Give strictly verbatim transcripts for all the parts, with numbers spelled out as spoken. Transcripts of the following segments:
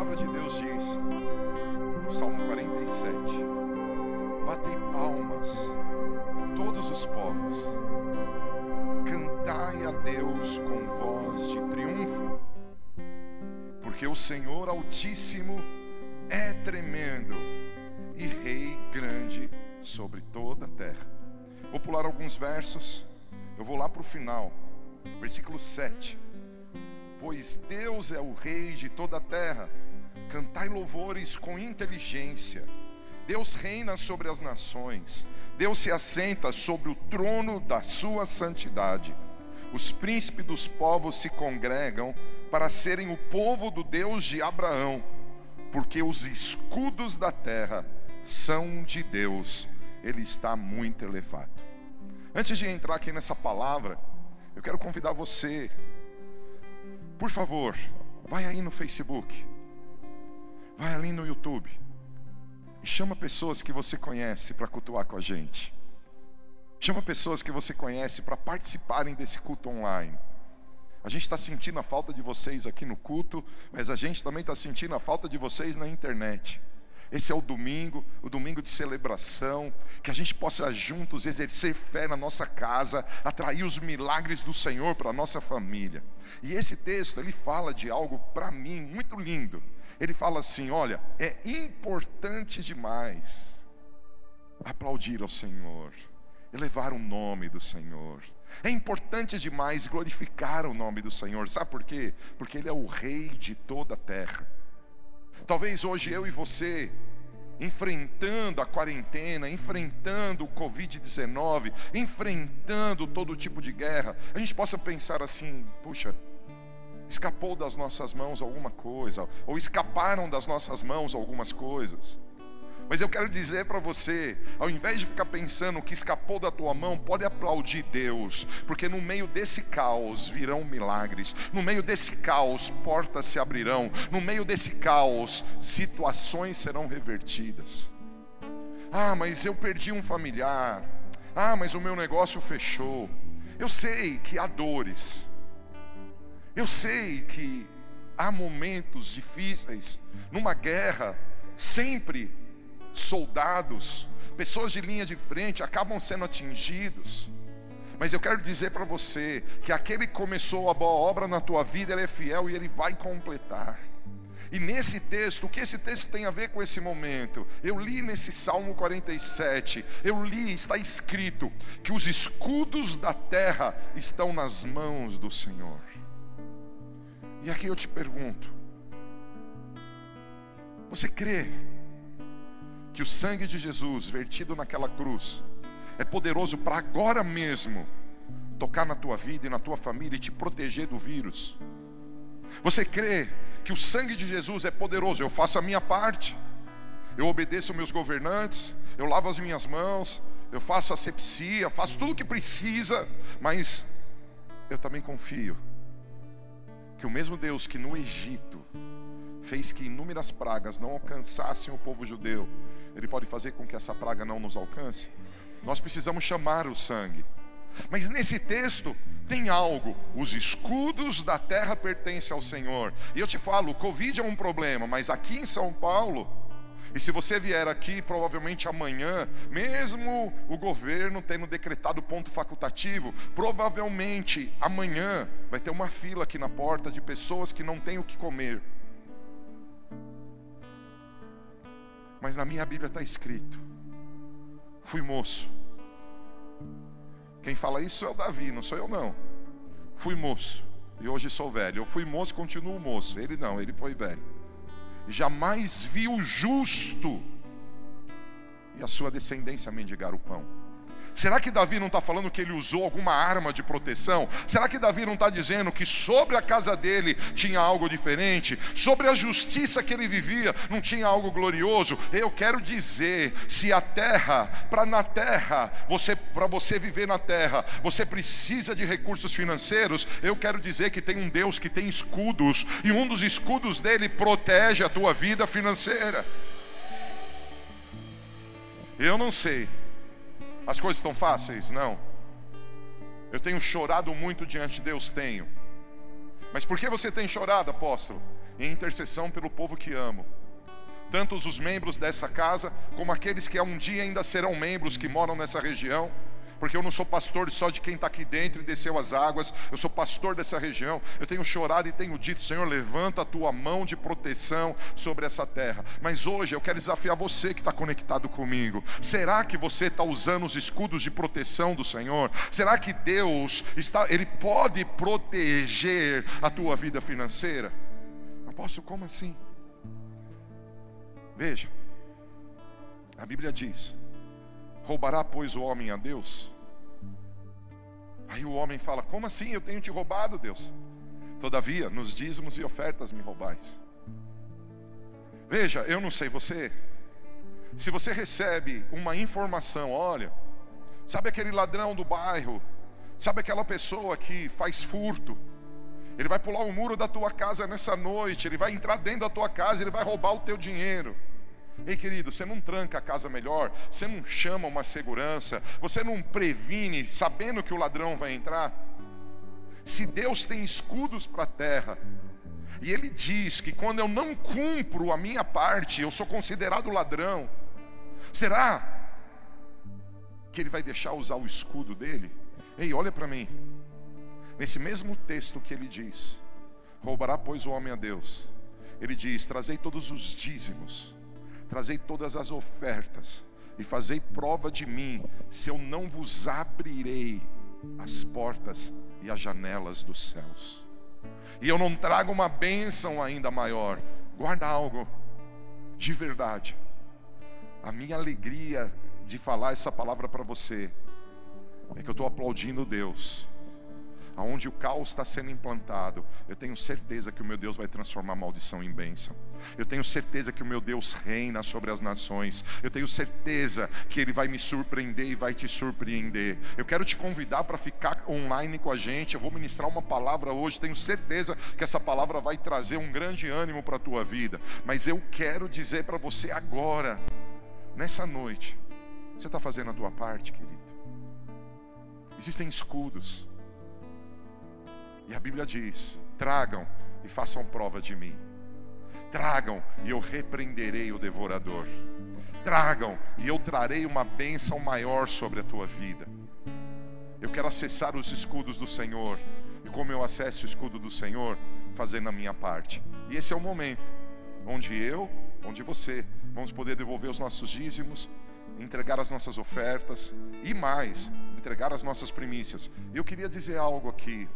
palavra de Deus diz, no Salmo quarenta e sete: batei palmas, todos os povos, cantai a Deus com voz de triunfo, porque o Senhor Altíssimo é tremendo e Rei grande sobre toda a terra. Vou pular alguns versos, eu vou lá para o final, versículo sete. Pois Deus é o Rei de toda a terra, cantai louvores com inteligência. Deus reina sobre as nações, Deus se assenta sobre o trono da sua santidade. Os príncipes dos povos se congregam para serem o povo do Deus de Abraão, porque os escudos da terra são de Deus, Ele está muito elevado. Antes de entrar aqui nessa palavra, eu quero convidar você, por favor, vai aí no Facebook, vai ali no YouTube e chama pessoas que você conhece para cultuar com a gente. Chama pessoas que você conhece para participarem desse culto online. A gente está sentindo a falta de vocês aqui no culto, mas a gente também está sentindo a falta de vocês na internet. Esse é o domingo, o domingo de celebração, que a gente possa juntos exercer fé na nossa casa, atrair os milagres do Senhor para a nossa família. E esse texto, ele fala de algo para mim muito lindo. Ele fala assim: olha, é importante demais aplaudir ao Senhor, elevar o nome do Senhor. É importante demais glorificar o nome do Senhor. Sabe por quê? Porque Ele é o Rei de toda a terra. Talvez hoje eu e você, enfrentando a quarentena, enfrentando o covid dezenove, enfrentando todo tipo de guerra, a gente possa pensar assim: puxa, escapou das nossas mãos alguma coisa, ou escaparam das nossas mãos algumas coisas. Mas eu quero dizer para você, ao invés de ficar pensando que escapou da tua mão, pode aplaudir Deus, porque no meio desse caos virão milagres, no meio desse caos portas se abrirão, no meio desse caos situações serão revertidas. Ah, mas eu perdi um familiar, ah, mas o meu negócio fechou. Eu sei que há dores, eu sei que há momentos difíceis, numa guerra, sempre soldados, pessoas de linha de frente acabam sendo atingidos. Mas eu quero dizer para você que aquele que começou a boa obra na tua vida, Ele é fiel e Ele vai completar. E nesse texto, o que esse texto tem a ver com esse momento? Eu li nesse Salmo quarenta e sete, eu li, está escrito que os escudos da terra estão nas mãos do Senhor. E aqui eu te pergunto: você crê que o sangue de Jesus vertido naquela cruz é poderoso para agora mesmo tocar na tua vida e na tua família e te proteger do vírus? Você crê que o sangue de Jesus é poderoso? Eu faço a minha parte, eu obedeço meus governantes, eu lavo as minhas mãos, eu faço asepsia, faço tudo o que precisa, mas eu também confio que o mesmo Deus que no Egito fez que inúmeras pragas não alcançassem o povo judeu, Ele pode fazer com que essa praga não nos alcance. Nós precisamos chamar o sangue. Mas nesse texto tem algo: os escudos da terra pertencem ao Senhor. E eu te falo, o Covid é um problema, mas aqui em São Paulo, e se você vier aqui provavelmente amanhã, mesmo o governo tendo decretado ponto facultativo, provavelmente amanhã vai ter uma fila aqui na porta de pessoas que não têm o que comer. Mas na minha Bíblia está escrito: fui moço. Quem fala isso é o Davi, não sou eu não. Fui moço e hoje sou velho. Eu fui moço e continuo moço. Ele não, ele foi velho. Jamais vi o justo e a sua descendência mendigar o pão. Será que Davi não está falando que ele usou alguma arma de proteção? Será que Davi não está dizendo que sobre a casa dele tinha algo diferente? Sobre a justiça que ele vivia não tinha algo glorioso? Eu quero dizer, se a terra, para na terra, você, para você viver na terra, você precisa de recursos financeiros, eu quero dizer que tem um Deus que tem escudos, e um dos escudos dele protege a tua vida financeira. Eu não sei, as coisas estão fáceis? Não. Eu tenho chorado muito diante de Deus, tenho. Mas por que você tem chorado, apóstolo? em intercessão pelo povo que amo. Tanto os membros dessa casa, como aqueles que um dia ainda serão membros que moram nessa região. Porque eu não sou pastor só de quem está aqui dentro e desceu as águas. Eu sou pastor dessa região. Eu tenho chorado e tenho dito: Senhor, levanta a tua mão de proteção sobre essa terra. Mas hoje eu quero desafiar você que está conectado comigo. Será que você está usando os escudos de proteção do Senhor? Será que Deus está, Ele pode proteger a tua vida financeira? Apóstolo, como assim? Veja, a Bíblia diz: roubará, pois, o homem a Deus? Aí o homem fala: como assim? Eu tenho te roubado, Deus? Todavia, nos dízimos e ofertas me roubais. Veja, eu não sei você, se você recebe uma informação: olha, sabe aquele ladrão do bairro, sabe aquela pessoa que faz furto, ele vai pular o muro da tua casa nessa noite, ele vai entrar dentro da tua casa, ele vai roubar o teu dinheiro. Ei, querido, você não tranca a casa melhor, você não chama uma segurança, você não previne sabendo que o ladrão vai entrar? Se Deus tem escudos para a terra, e Ele diz que quando eu não cumpro a minha parte, eu sou considerado ladrão, será que Ele vai deixar usar o escudo dele? Ei, olha para mim, nesse mesmo texto que Ele diz: roubará, pois, o homem a Deus, Ele diz: trazei todos os dízimos, trazei todas as ofertas, e fazei prova de mim, se eu não vos abrirei as portas e as janelas dos céus, e eu não trago uma bênção ainda maior. Guarda algo de verdade. A minha alegria de falar essa palavra para você é que eu estou aplaudindo Deus. Aonde o caos está sendo implantado, eu tenho certeza que o meu Deus vai transformar a maldição em bênção. Eu tenho certeza que o meu Deus reina sobre as nações. Eu tenho certeza que Ele vai me surpreender e vai te surpreender. Eu quero te convidar para ficar online com a gente. Eu vou ministrar uma palavra hoje. Tenho certeza que essa palavra vai trazer um grande ânimo para a tua vida. Mas eu quero dizer para você agora, nessa noite: você está fazendo a tua parte, querido? Existem escudos, e a Bíblia diz: tragam e façam prova de mim. Tragam e eu repreenderei o devorador. Tragam e eu trarei uma bênção maior sobre a tua vida. Eu quero acessar os escudos do Senhor. E como eu acesso o escudo do Senhor? Fazendo a minha parte. E esse é o momento onde eu, onde você, vamos poder devolver os nossos dízimos, entregar as nossas ofertas e mais, entregar as nossas primícias. Eu queria dizer algo aqui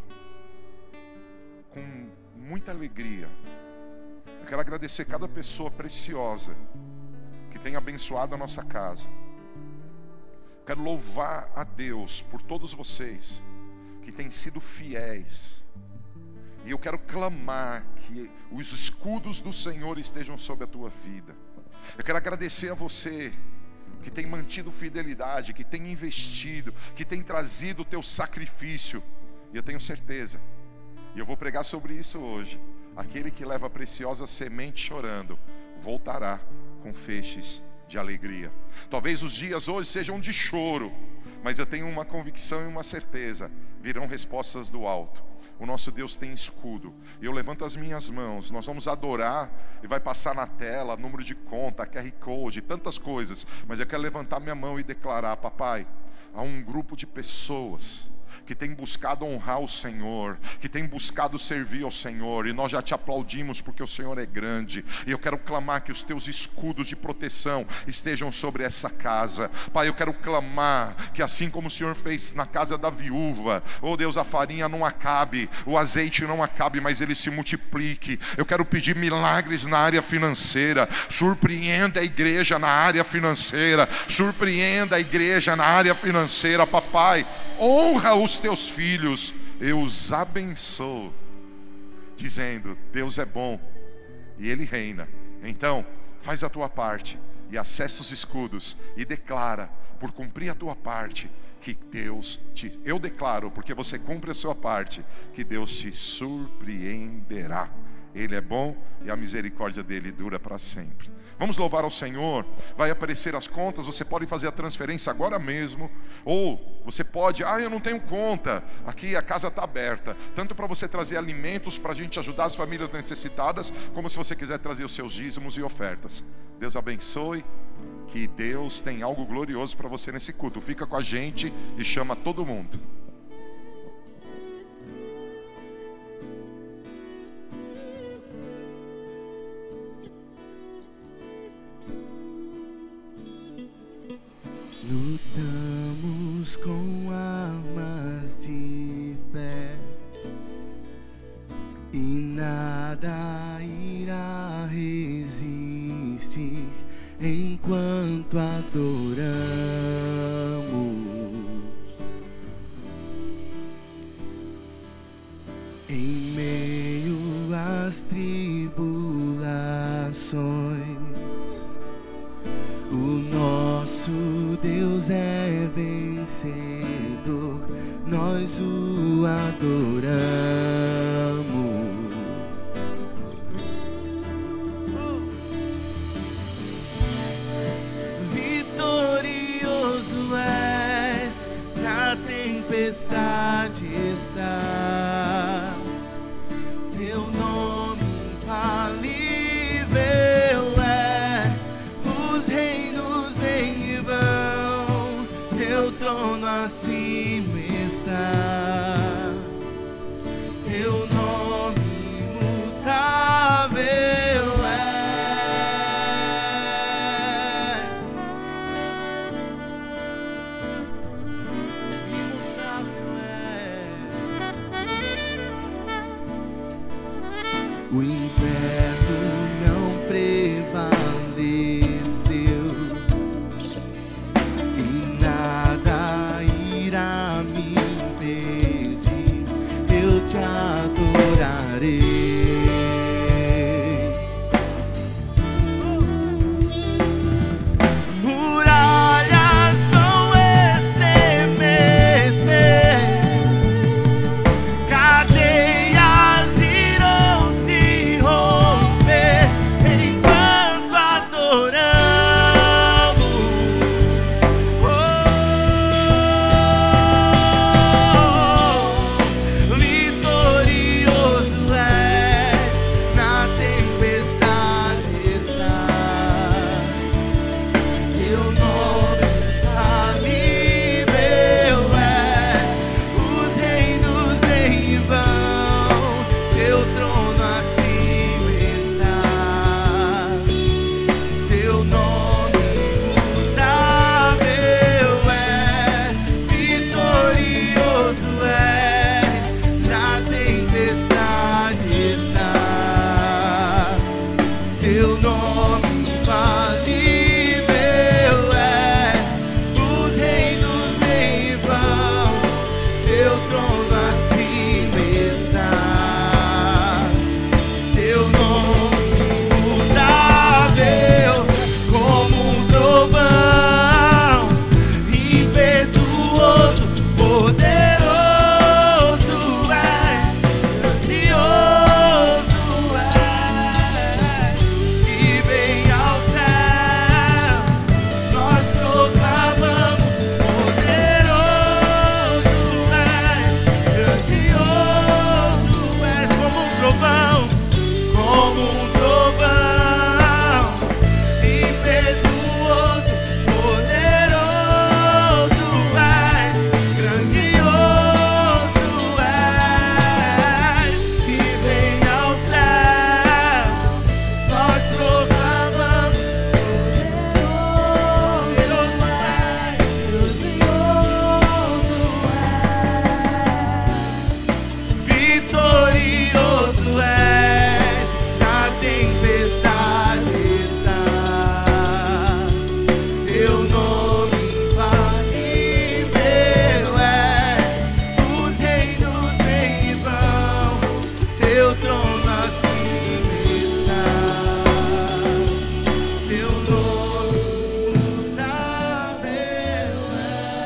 com muita alegria. Eu quero agradecer cada pessoa preciosa que tem abençoado a nossa casa. Eu quero louvar a Deus por todos vocês que têm sido fiéis. E eu quero clamar que os escudos do Senhor estejam sobre a tua vida. Eu quero agradecer a você que tem mantido fidelidade, que tem investido, que tem trazido o teu sacrifício. E eu tenho certeza, e eu vou pregar sobre isso hoje: aquele que leva a preciosa semente chorando, voltará com feixes de alegria. Talvez os dias hoje sejam de choro, mas eu tenho uma convicção e uma certeza: virão respostas do alto. O nosso Deus tem escudo. Eu levanto as minhas mãos, nós vamos adorar, e vai passar na tela número de conta, Q R Code, tantas coisas. Mas eu quero levantar minha mão e declarar: papai, há um grupo de pessoas que tem buscado honrar o Senhor, que tem buscado servir ao Senhor, e nós já te aplaudimos porque o Senhor é grande. E eu quero clamar que os teus escudos de proteção estejam sobre essa casa. Pai, eu quero clamar que assim como o Senhor fez na casa da viúva, oh Deus, a farinha não acabe, o azeite não acabe, mas ele se multiplique. Eu quero pedir milagres na área financeira. Surpreenda a igreja na área financeira, surpreenda a igreja na área financeira. Papai, honra os teus filhos, eu os abençoo, dizendo: Deus é bom e Ele reina. Então, faz a tua parte e acessa os escudos e declara, por cumprir a tua parte, que Deus te... Eu declaro, porque você cumpre a sua parte, que Deus te surpreenderá, Ele é bom e a misericórdia dele dura para sempre. Vamos louvar ao Senhor. Vai aparecer as contas, você pode fazer a transferência agora mesmo. Ou você pode, ah, eu não tenho conta. Aqui a casa está aberta, tanto para você trazer alimentos para a gente ajudar as famílias necessitadas, como se você quiser trazer os seus dízimos e ofertas. Deus abençoe. Que Deus tem algo glorioso para você nesse culto. Fica com a gente e chama todo mundo. Lutamos com armas de fé e nada irá resistir enquanto adoramos. Em meio às tribulações, o nosso Deus é vencedor, nós o adoramos. Vitorioso és, na tempestade está, teu nome infalível é, os reinos em vão, teu trono acima está, teu nome imutável é, imutável é. O inverno não prevaleceu e nada irá me impedir, eu te adorarei. Muralhas vão estremecer, cadeias irão se romper enquanto adoramos. Oh, vitorioso és, na tempestade está, teu nome infalível é, os reinos em vão, teu trono acima está, teu nome imutável é, vitorioso és, na tempestade está, teu nome infalível é, os reinos em vão, teu trono acima está, teu nome imutável, como um trovão, impetuoso, poderoso é, grandioso é, que vem ao céu, nós proclamamos, poderoso é, grandioso é, como um trovão, como um trovão, impetuoso, poderoso é, grandioso é, que vem ao céu, nós proclamamos, poderoso é, grandioso é, vitorioso és, na tempestade está, teu nome infalível é, os reinos em vão, teu trono acima está, teu nome imutável é.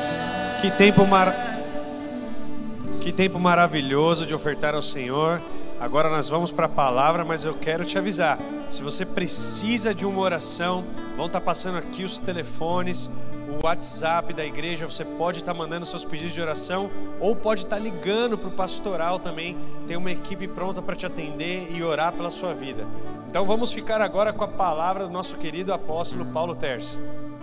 Que tempo, mar... que tempo maravilhoso de ofertar ao Senhor. Agora nós vamos para a palavra, mas eu quero te avisar, se você precisa de uma oração, vão estar passando aqui os telefones, o WhatsApp da igreja, você pode estar mandando seus pedidos de oração, ou pode estar ligando para o pastoral também, tem uma equipe pronta para te atender e orar pela sua vida. Então vamos ficar agora com a palavra do nosso querido apóstolo Paulo Terço.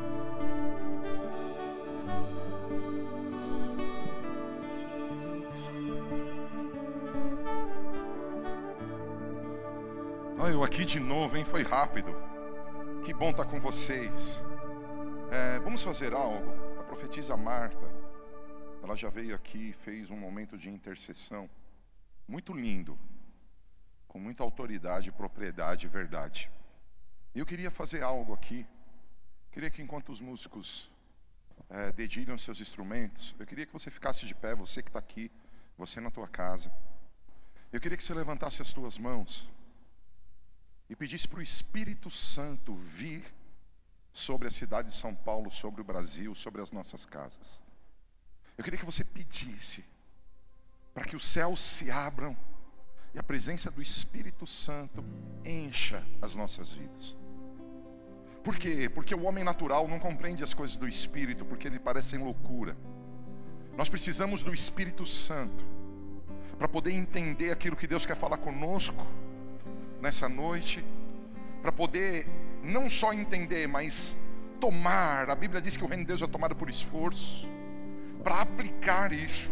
Eu aqui de novo, hein? Foi rápido. Que bom estar com vocês. É, vamos fazer algo. A profetisa Marta, ela já veio aqui e fez um momento de intercessão muito lindo, com muita autoridade, propriedade e verdade. E eu queria fazer algo aqui. Queria que enquanto os músicos é, dedilham seus instrumentos, eu queria que você ficasse de pé, você que está aqui, você na tua casa. Eu queria que você levantasse as tuas mãos e pedisse para o Espírito Santo vir sobre a cidade de São Paulo, sobre o Brasil, sobre as nossas casas. Eu queria que você pedisse para que os céus se abram e a presença do Espírito Santo encha as nossas vidas. Por quê? Porque o homem natural não compreende as coisas do Espírito, porque ele parecem loucura. Nós precisamos do Espírito Santo para poder entender aquilo que Deus quer falar conosco nessa noite, para poder não só entender, mas tomar. A Bíblia diz que o reino de Deus é tomado por esforço, para aplicar isso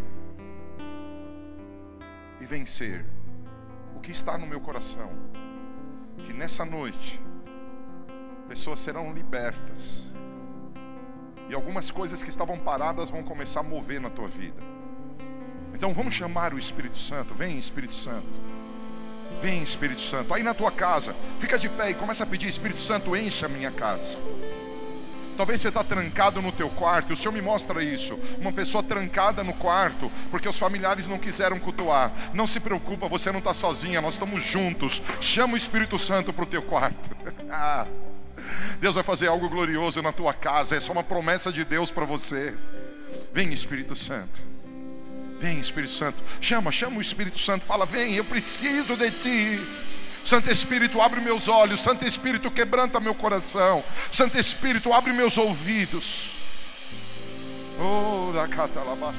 e vencer. O que está no meu coração, que nessa noite pessoas serão libertas e algumas coisas que estavam paradas vão começar a mover na tua vida. Então vamos chamar o Espírito Santo. Vem, Espírito Santo. Vem, Espírito Santo. Aí na tua casa, fica de pé e começa a pedir: Espírito Santo, encha a minha casa. Talvez você está trancado no teu quarto, e o Senhor me mostra isso. Uma pessoa trancada no quarto, porque os familiares não quiseram cultuar. Não se preocupa, você não está sozinha, nós estamos juntos. Chama o Espírito Santo para o teu quarto. Deus vai fazer algo glorioso na tua casa. É só uma promessa de Deus para você. Vem, Espírito Santo. Vem, Espírito Santo. Chama, chama o Espírito Santo. Fala: vem, eu preciso de ti. Santo Espírito, abre meus olhos. Santo Espírito, quebranta meu coração. Santo Espírito, abre meus ouvidos. Oh, da catalaba.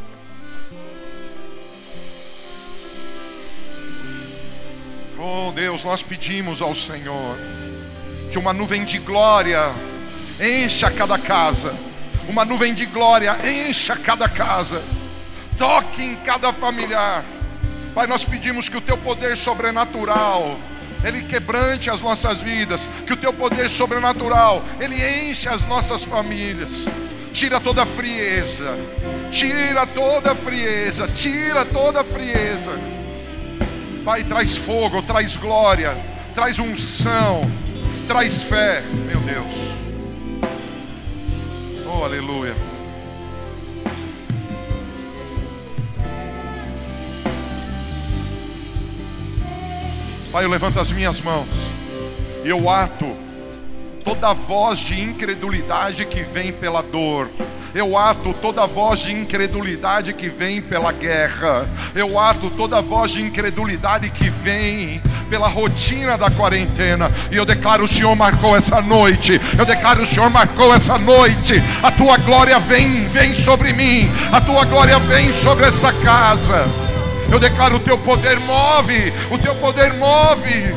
Oh Deus, nós pedimos ao Senhor que uma nuvem de glória encha cada casa. Uma nuvem de glória encha cada casa. Toque em cada familiar. Pai, nós pedimos que o teu poder sobrenatural ele quebrante as nossas vidas. Que o teu poder sobrenatural ele enche as nossas famílias. Tira toda a frieza. Tira toda a frieza. Tira toda a frieza. Pai, traz fogo, traz glória, traz unção, traz fé, meu Deus. Oh, aleluia. Pai, eu levanto as minhas mãos e eu ato toda voz de incredulidade que vem pela dor. Eu ato toda voz de incredulidade que vem pela guerra. Eu ato toda voz de incredulidade que vem pela rotina da quarentena. E eu declaro: o Senhor marcou essa noite. Eu declaro: o Senhor marcou essa noite. A tua glória vem, vem sobre mim. A tua glória vem sobre essa casa. Eu declaro: o teu poder move. O teu poder move.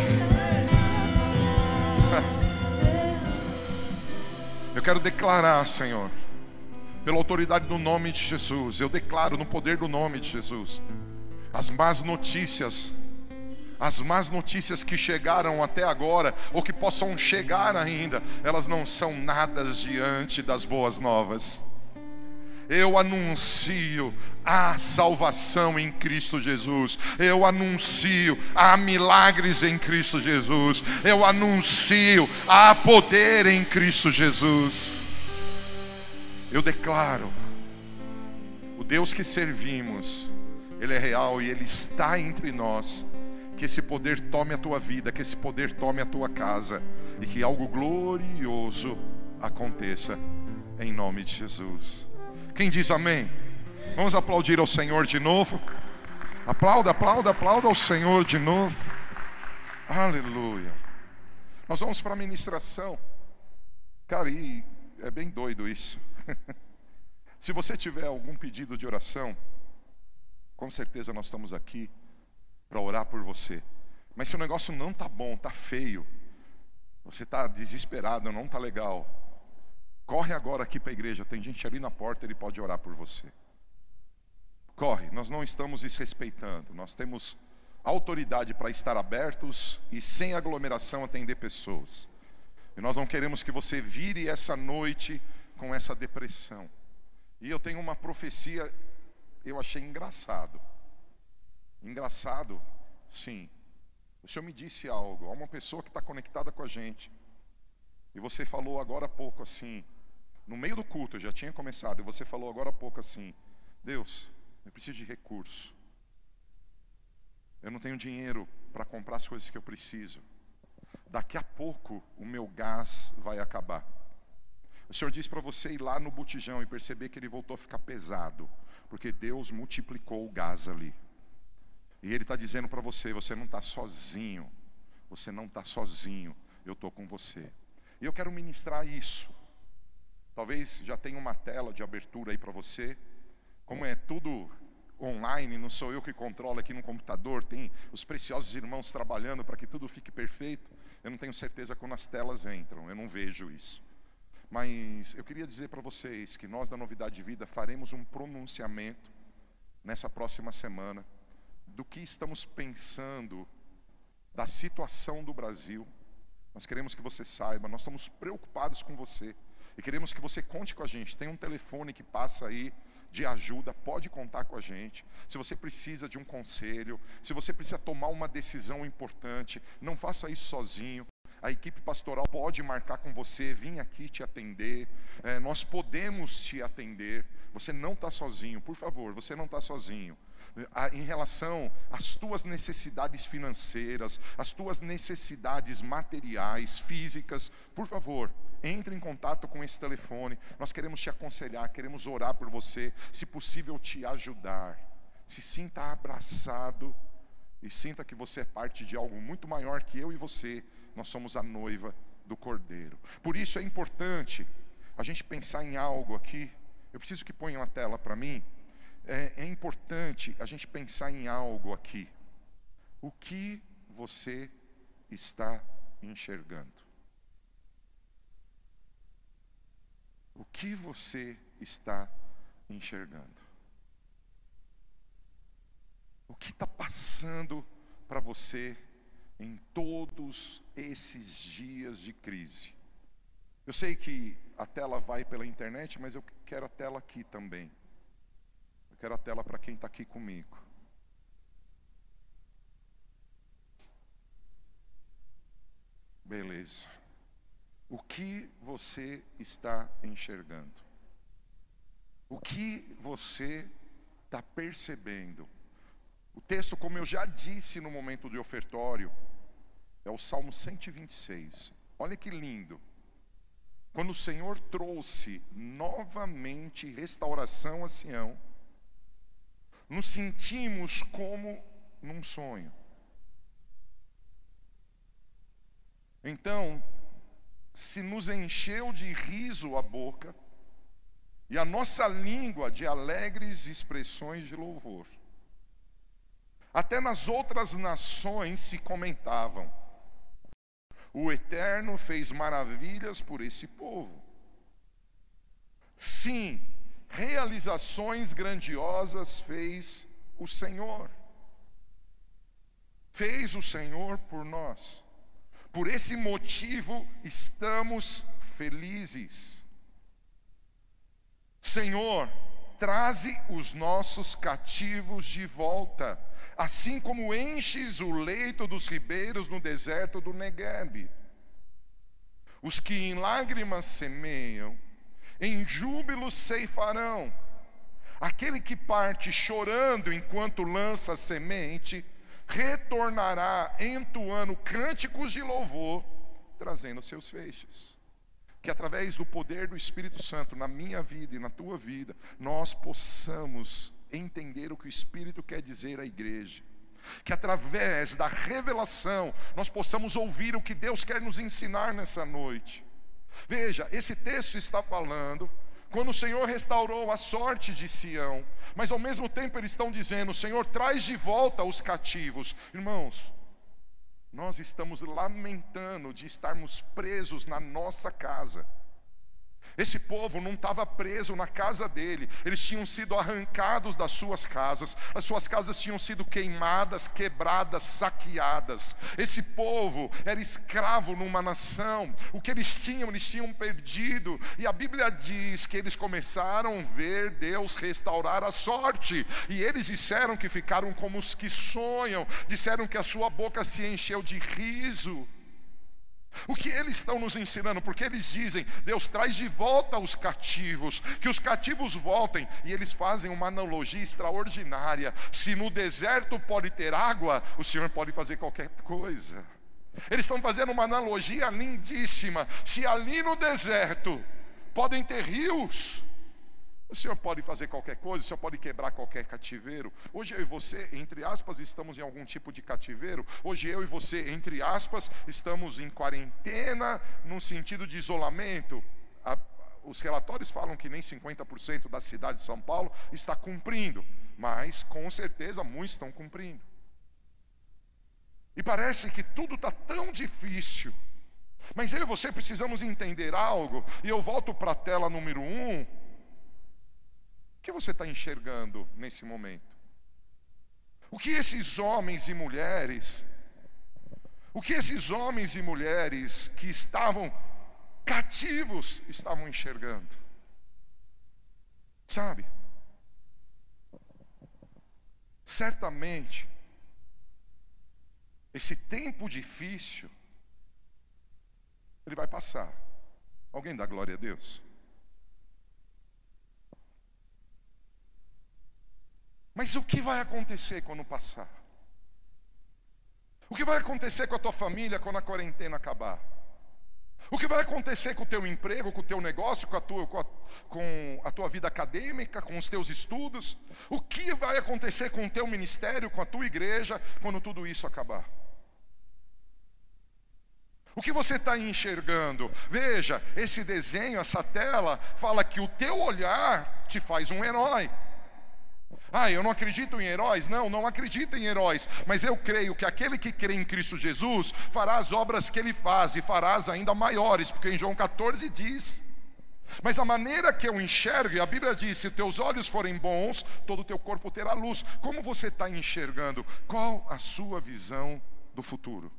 Eu quero declarar, Senhor, pela autoridade do nome de Jesus, eu declaro no poder do nome de Jesus, as más notícias, as más notícias que chegaram até agora, ou que possam chegar ainda, elas não são nada diante das boas novas. Eu anuncio a salvação em Cristo Jesus. Eu anuncio há milagres em Cristo Jesus. Eu anuncio há poder em Cristo Jesus. Eu declaro: o Deus que servimos, Ele é real e Ele está entre nós. Que esse poder tome a tua vida, que esse poder tome a tua casa, e que algo glorioso aconteça em nome de Jesus. Quem diz amém? Vamos aplaudir ao Senhor de novo. Aplauda, aplauda, aplauda ao Senhor de novo. Aleluia. Nós vamos para a ministração. Cara, e é bem doido isso. Se você tiver algum pedido de oração, com certeza nós estamos aqui para orar por você. Mas se o negócio não tá bom, tá feio, você tá desesperado, não tá legal, corre agora aqui para a igreja. Tem gente ali na porta, ele pode orar por você. Corre, nós não estamos desrespeitando. Nós temos autoridade para estar abertos e sem aglomeração atender pessoas. E nós não queremos que você vire essa noite com essa depressão. E eu tenho uma profecia, eu achei engraçado. Engraçado, sim. O Senhor me disse algo. Há uma pessoa que está conectada com a gente. E você falou agora há pouco assim, no meio do culto, eu já tinha começado, e você falou agora há pouco assim: Deus, eu preciso de recurso. Eu não tenho dinheiro para comprar as coisas que eu preciso. Daqui a pouco o meu gás vai acabar. O Senhor disse para você ir lá no botijão e perceber que ele voltou a ficar pesado, porque Deus multiplicou o gás ali. E Ele está dizendo para você: você não está sozinho. Você não está sozinho. Eu estou com você. E eu quero ministrar isso. Talvez já tenha uma tela de abertura aí para você. Como é tudo online, não sou eu que controlo aqui no computador, tem os preciosos irmãos trabalhando para que tudo fique perfeito. Eu não tenho certeza quando as telas entram, eu não vejo isso. Mas eu queria dizer para vocês que nós da Novidade de Vida faremos um pronunciamento nessa próxima semana do que estamos pensando da situação do Brasil. Nós queremos que você saiba, nós estamos preocupados com você e queremos que você conte com a gente. Tem um telefone que passa aí de ajuda, pode contar com a gente. Se você precisa de um conselho, se você precisa tomar uma decisão importante, não faça isso sozinho. A equipe pastoral pode marcar com você, vir aqui te atender. É, nós podemos te atender. Você não está sozinho, por favor, você não está sozinho. Em relação às tuas necessidades financeiras, às tuas necessidades materiais, físicas, por favor, entre em contato com esse telefone. Nós queremos te aconselhar, queremos orar por você, se possível te ajudar. Se sinta abraçado e sinta que você é parte de algo muito maior que eu e você. Nós somos a noiva do Cordeiro. Por isso é importante a gente pensar em algo aqui. Eu preciso que ponham a tela para mim. É, é importante a gente pensar em algo aqui. O que você está enxergando? O que você está enxergando? O que está passando para você em todos esses dias de crise? Eu sei que a tela vai pela internet, mas eu quero a tela aqui também. Eu quero a tela para quem está aqui comigo. Beleza. O que você está enxergando? O que você está percebendo? O texto, como eu já disse no momento do ofertório, é o Salmo cento e vinte e seis. Olha que lindo. Quando o Senhor trouxe novamente restauração a Sião, nos sentimos como num sonho. Então, se nos encheu de riso a boca, e a nossa língua de alegres expressões de louvor. Até nas outras nações se comentavam: o Eterno fez maravilhas por esse povo. Sim, realizações grandiosas fez o Senhor. Fez o Senhor por nós. Por esse motivo estamos felizes. Senhor, traze os nossos cativos de volta, assim como enches o leito dos ribeiros no deserto do Neguebe. Os que em lágrimas semeiam, em júbilo ceifarão. Aquele que parte chorando enquanto lança semente, retornará entoando cânticos de louvor, trazendo seus feixes. Que através do poder do Espírito Santo na minha vida e na tua vida, nós possamos entender o que o Espírito quer dizer à igreja. Que através da revelação nós possamos ouvir o que Deus quer nos ensinar nessa noite. Veja, esse texto está falando quando o Senhor restaurou a sorte de Sião, mas ao mesmo tempo eles estão dizendo: Senhor, traz de volta os cativos. Irmãos, nós estamos lamentando de estarmos presos na nossa casa. Esse povo não estava preso na casa dele, eles tinham sido arrancados das suas casas, as suas casas tinham sido queimadas, quebradas, saqueadas. Esse povo era escravo numa nação, o que eles tinham, eles tinham perdido, e a Bíblia diz que eles começaram a ver Deus restaurar a sorte, e eles disseram que ficaram como os que sonham, disseram que a sua boca se encheu de riso. O que eles estão nos ensinando? Porque eles dizem: Deus traz de volta os cativos, que os cativos voltem. E eles fazem uma analogia extraordinária: se no deserto pode ter água, o Senhor pode fazer qualquer coisa. Eles estão fazendo uma analogia lindíssima: se ali no deserto podem ter rios, o Senhor pode fazer qualquer coisa, o Senhor pode quebrar qualquer cativeiro. Hoje eu e você, entre aspas, estamos em algum tipo de cativeiro. Hoje eu e você, entre aspas, estamos em quarentena, num sentido de isolamento. A, os relatórios falam que nem cinquenta por cento da cidade de São Paulo está cumprindo, mas com certeza muitos estão cumprindo. E parece que tudo está tão difícil. Mas eu e você precisamos entender algo, e eu volto para a tela número um. O que você está enxergando nesse momento? O que esses homens e mulheres, o que esses homens e mulheres que estavam cativos estavam enxergando? Sabe? Certamente, esse tempo difícil, ele vai passar. Alguém dá glória a Deus? Mas o que vai acontecer quando passar? O que vai acontecer com a tua família quando a quarentena acabar? O que vai acontecer com o teu emprego, com o teu negócio, com a tua, com a, com a tua vida acadêmica, com os teus estudos? O que vai acontecer com o teu ministério, com a tua igreja, quando tudo isso acabar? O que você está enxergando? Veja, esse desenho, essa tela, fala que o teu olhar te faz um herói. Ah, eu não acredito em heróis? Não, não acredito em heróis. Mas eu creio que aquele que crê em Cristo Jesus fará as obras que Ele faz, e farás ainda maiores, porque em João quatorze diz. Mas a maneira que eu enxergo, e a Bíblia diz: se teus olhos forem bons, todo o teu corpo terá luz. Como você está enxergando? Qual a sua visão do futuro?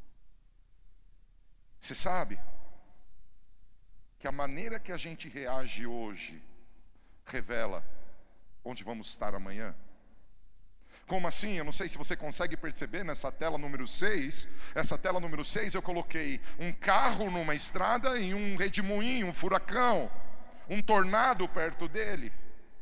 Você sabe que a maneira que a gente reage hoje revela onde vamos estar amanhã? Como assim? Eu não sei se você consegue perceber nessa tela número seis. Essa tela número seis eu coloquei um carro numa estrada e um redemoinho, um furacão, um tornado perto dele.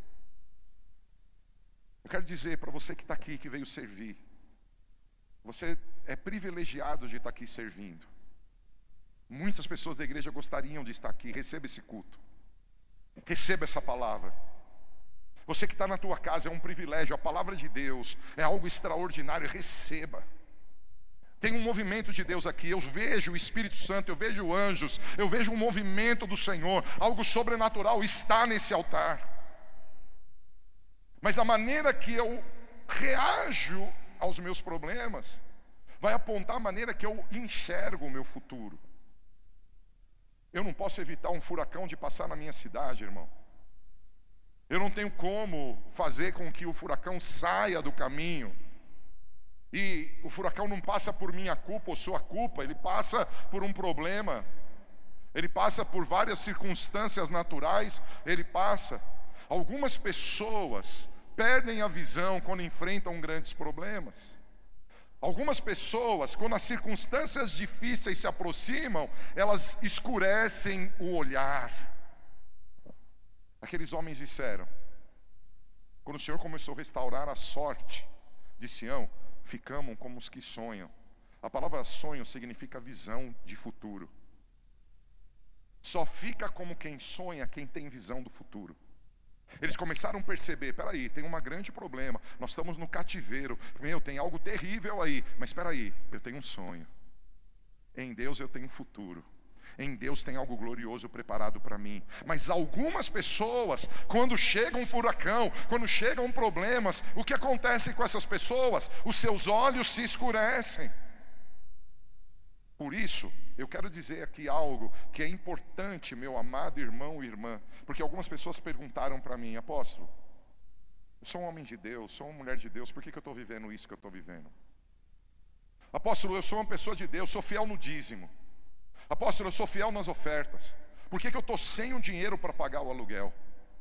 Eu quero dizer para você que está aqui, que veio servir, você é privilegiado de estar aqui servindo. Muitas pessoas da igreja gostariam de estar aqui. Receba esse culto, receba essa palavra. Você que está na tua casa, é um privilégio, a palavra de Deus é algo extraordinário, receba. Tem um movimento de Deus aqui, eu vejo o Espírito Santo, eu vejo anjos, eu vejo um movimento do Senhor, algo sobrenatural está nesse altar. Mas a maneira que eu reajo aos meus problemas vai apontar a maneira que eu enxergo o meu futuro. Eu não posso evitar um furacão de passar na minha cidade, irmão. Eu não tenho como fazer com que o furacão saia do caminho. E o furacão não passa por minha culpa ou sua culpa, ele passa por um problema. Ele passa por várias circunstâncias naturais, ele passa. Algumas pessoas perdem a visão quando enfrentam grandes problemas. Algumas pessoas, quando as circunstâncias difíceis se aproximam, elas escurecem o olhar. Aqueles homens disseram, quando o Senhor começou a restaurar a sorte de Sião, ficamos como os que sonham. A palavra sonho significa visão de futuro. Só fica como quem sonha quem tem visão do futuro. Eles começaram a perceber, peraí, tem um grande problema, nós estamos no cativeiro, meu, tem algo terrível aí, mas peraí, eu tenho um sonho, em Deus eu tenho um futuro, em Deus tem algo glorioso preparado para mim. Mas algumas pessoas, quando chega um furacão, quando chegam problemas, o que acontece com essas pessoas? Os seus olhos se escurecem. Por isso, eu quero dizer aqui algo que é importante, meu amado irmão e irmã, porque algumas pessoas perguntaram para mim: apóstolo, eu sou um homem de Deus, sou uma mulher de Deus, por que, que eu estou vivendo isso que eu estou vivendo? Apóstolo, eu sou uma pessoa de Deus, sou fiel no dízimo. Apóstolo, eu sou fiel nas ofertas, por que, que eu estou sem o dinheiro para pagar o aluguel?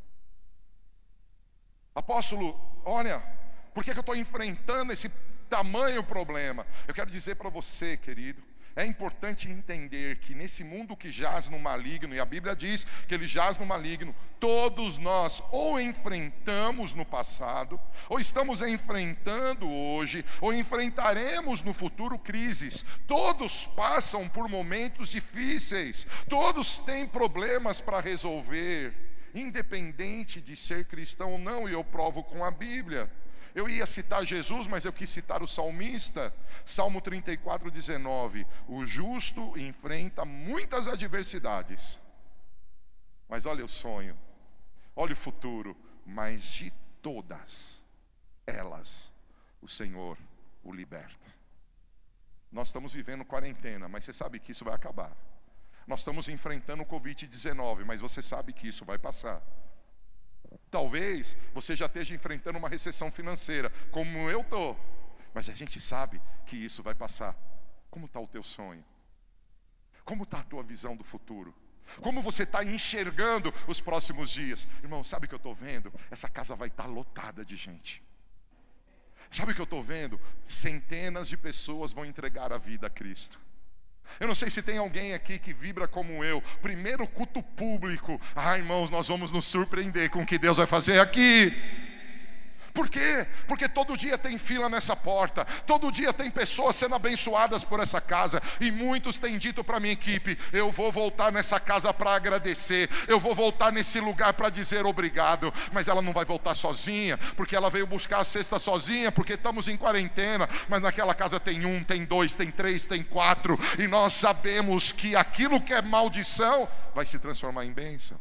Apóstolo, olha, por que, que eu estou enfrentando esse tamanho problema? Eu quero dizer para você, querido, é importante entender que nesse mundo que jaz no maligno, e a Bíblia diz que ele jaz no maligno, todos nós ou enfrentamos no passado, ou estamos enfrentando hoje, ou enfrentaremos no futuro crises. Todos passam por momentos difíceis, todos têm problemas para resolver, independente de ser cristão ou não, e eu provo com a Bíblia. Eu ia citar Jesus, mas eu quis citar o salmista. Salmo trinta e quatro, dezenove. O justo enfrenta muitas adversidades, mas olha o sonho, olha o futuro. Mas de todas elas, o Senhor o liberta. Nós estamos vivendo quarentena, mas você sabe que isso vai acabar. Nós estamos enfrentando o covid dezenove, mas você sabe que isso vai passar. Talvez você já esteja enfrentando uma recessão financeira, como eu estou, mas a gente sabe que isso vai passar. Como está o teu sonho? Como está a tua visão do futuro? Como você está enxergando os próximos dias? Irmão, sabe o que eu estou vendo? Essa casa vai estar lotada de gente. Sabe o que eu estou vendo? Centenas de pessoas vão entregar a vida a Cristo. Eu não sei se tem alguém aqui que vibra como eu. Primeiro culto público. Ah, irmãos, nós vamos nos surpreender com o que Deus vai fazer aqui. Por quê? Porque todo dia tem fila nessa porta, todo dia tem pessoas sendo abençoadas por essa casa, e muitos têm dito para a minha equipe: eu vou voltar nessa casa para agradecer, eu vou voltar nesse lugar para dizer obrigado. Mas ela não vai voltar sozinha, porque ela veio buscar a cesta sozinha, porque estamos em quarentena. Mas naquela casa tem um, tem dois, tem três, tem quatro, e nós sabemos que aquilo que é maldição vai se transformar em bênção.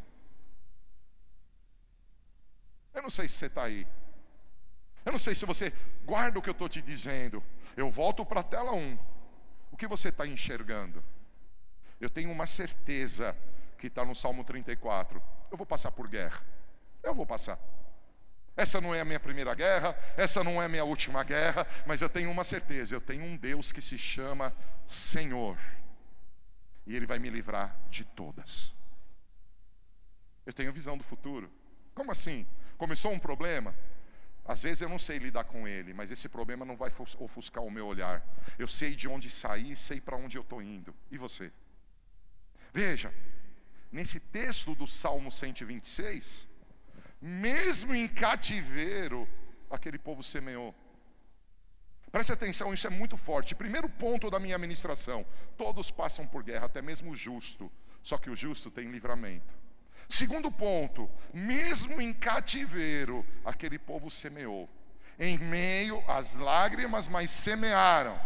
Eu não sei se você está aí, eu não sei se você guarda o que eu estou te dizendo. Eu volto para a tela um. O que você está enxergando? Eu tenho uma certeza que está no Salmo trinta e quatro. Eu vou passar por guerra. Eu vou passar. Essa não é a minha primeira guerra, essa não é a minha última guerra, mas eu tenho uma certeza. Eu tenho um Deus que se chama Senhor, e Ele vai me livrar de todas. Eu tenho visão do futuro. Como assim? Começou um problema? Às vezes eu não sei lidar com ele, mas esse problema não vai ofuscar o meu olhar. Eu sei de onde sair, sei para onde eu estou indo. E você? Veja, nesse texto do Salmo cento e vinte e seis, mesmo em cativeiro, aquele povo semeou. Preste atenção, isso é muito forte. Primeiro ponto da minha ministração: todos passam por guerra, até mesmo o justo. Só que o justo tem livramento. Segundo ponto, mesmo em cativeiro, aquele povo semeou. Em meio às lágrimas, mas semearam.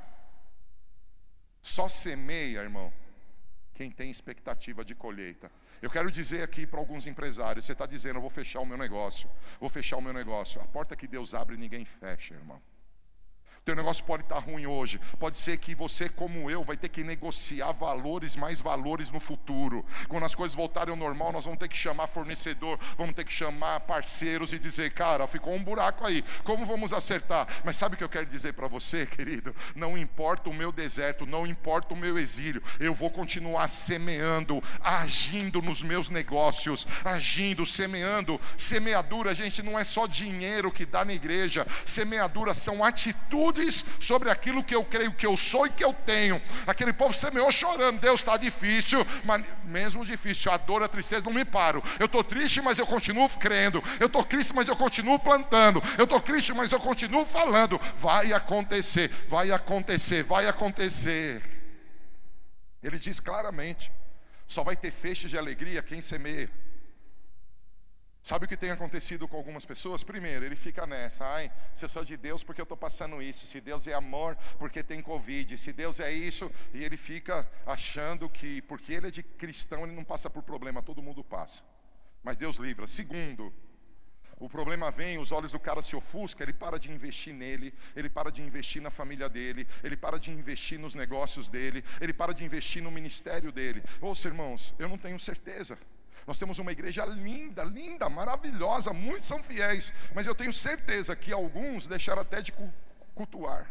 Só semeia, irmão, quem tem expectativa de colheita. Eu quero dizer aqui para alguns empresários: você está dizendo, eu vou fechar o meu negócio, vou fechar o meu negócio. A porta que Deus abre, ninguém fecha, irmão. Teu negócio pode estar ruim hoje, pode ser que você, como eu, vai ter que negociar valores, mais valores no futuro. Quando as coisas voltarem ao normal, nós vamos ter que chamar fornecedor, vamos ter que chamar parceiros e dizer: cara, ficou um buraco aí, como vamos acertar? Mas sabe o que eu quero dizer para você, querido? Não importa o meu deserto, não importa o meu exílio, eu vou continuar semeando, agindo nos meus negócios, agindo, semeando. Semeadura, gente, não é só dinheiro que dá na igreja. Semeadura são atitudes sobre aquilo que eu creio que eu sou e que eu tenho. Aquele povo semeou chorando: Deus, está difícil, mas mesmo difícil, a dor, a tristeza não me param. Eu estou triste, mas eu continuo crendo. Eu estou triste, mas eu continuo plantando. Eu estou triste, mas eu continuo falando. Vai acontecer, vai acontecer, vai acontecer. Ele diz claramente: só vai ter feixes de alegria quem semeia. Sabe o que tem acontecido com algumas pessoas? Primeiro, ele fica nessa: ai, se eu sou de Deus, porque eu estou passando isso? Se Deus é amor, porque tem Covid? Se Deus é isso? E ele fica achando que, porque ele é de cristão, ele não passa por problema, todo mundo passa. Mas Deus livra. Segundo, o problema vem, os olhos do cara se ofuscam, ele para de investir nele, ele para de investir na família dele, ele para de investir nos negócios dele, ele para de investir no ministério dele. Ouça, irmãos, eu não tenho certeza. Nós temos uma igreja linda, linda, maravilhosa, muitos são fiéis, mas eu tenho certeza que alguns deixaram até de cultuar.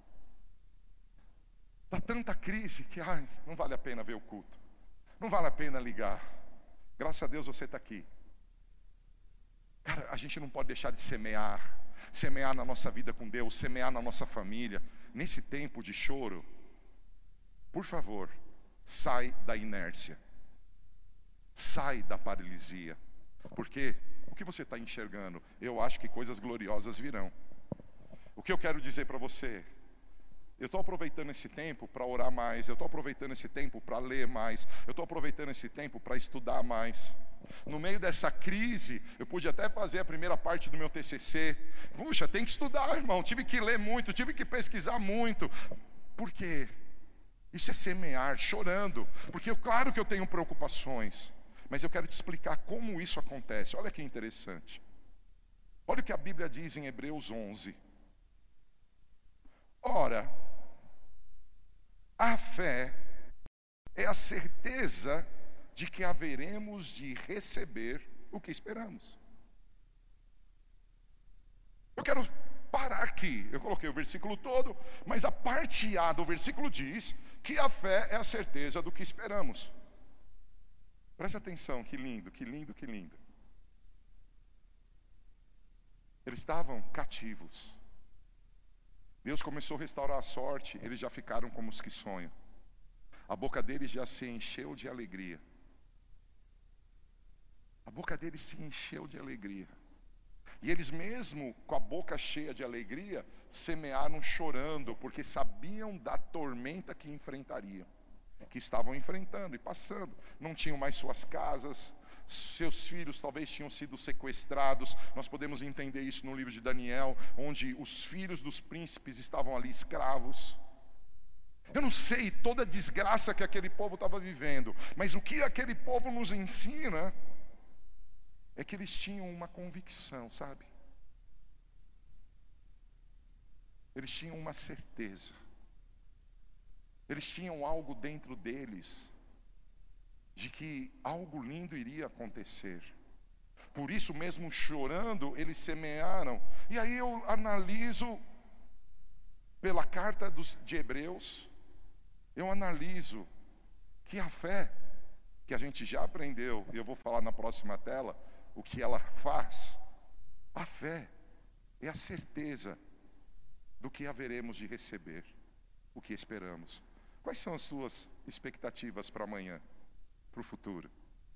Dá tanta crise que ai, não vale a pena ver o culto, não vale a pena ligar. Graças a Deus você está aqui. Cara, a gente não pode deixar de semear, semear na nossa vida com Deus, semear na nossa família. Nesse tempo de choro, por favor, sai da inércia. Sai da paralisia. Porque o que você está enxergando? Eu acho que coisas gloriosas virão. O que eu quero dizer para você? Eu estou aproveitando esse tempo para orar mais. Eu estou aproveitando esse tempo para ler mais. Eu estou aproveitando esse tempo para estudar mais. No meio dessa crise, eu pude até fazer a primeira parte do meu T C C. Puxa, tem que estudar, irmão. Tive que ler muito, tive que pesquisar muito. Por quê? Isso é semear, chorando. Porque claro que eu tenho preocupações, mas eu quero te explicar como isso acontece. Olha que interessante. Olha o que a Bíblia diz em Hebreus onze. Ora, a fé é a certeza de que haveremos de receber o que esperamos. Eu quero parar aqui. Eu coloquei o versículo todo, mas a parte A do versículo diz que a fé é a certeza do que esperamos. Preste atenção, que lindo, que lindo, que lindo. Eles estavam cativos. Deus começou a restaurar a sorte, eles já ficaram como os que sonham. A boca deles já se encheu de alegria. A boca deles se encheu de alegria. E eles mesmo, com a boca cheia de alegria, semearam chorando, porque sabiam da tormenta que enfrentariam, que estavam enfrentando e passando. Não tinham mais suas casas, seus filhos talvez tinham sido sequestrados. Nós podemos entender isso no livro de Daniel, onde os filhos dos príncipes estavam ali escravos. Eu não sei toda a desgraça que aquele povo estava vivendo, mas o que aquele povo nos ensina é que eles tinham uma convicção, sabe? Eles tinham uma certeza. Eles tinham algo dentro deles de que algo lindo iria acontecer. Por isso mesmo chorando, eles semearam. E aí eu analiso pela carta dos, de Hebreus, eu analiso que a fé, que a gente já aprendeu, e eu vou falar na próxima tela, o que ela faz. A fé é a certeza do que haveremos de receber, o que esperamos. Quais são as suas expectativas para amanhã, para o futuro?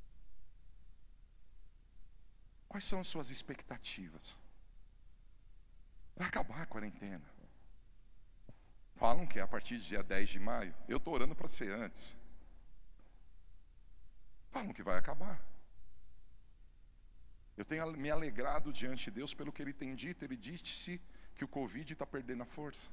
Quais são as suas expectativas? Vai acabar a quarentena. Falam que é a partir do dia dez de maio. Eu estou orando para ser antes. Falam que vai acabar. Eu tenho me alegrado diante de Deus pelo que Ele tem dito. Ele disse que o Covid está perdendo a força.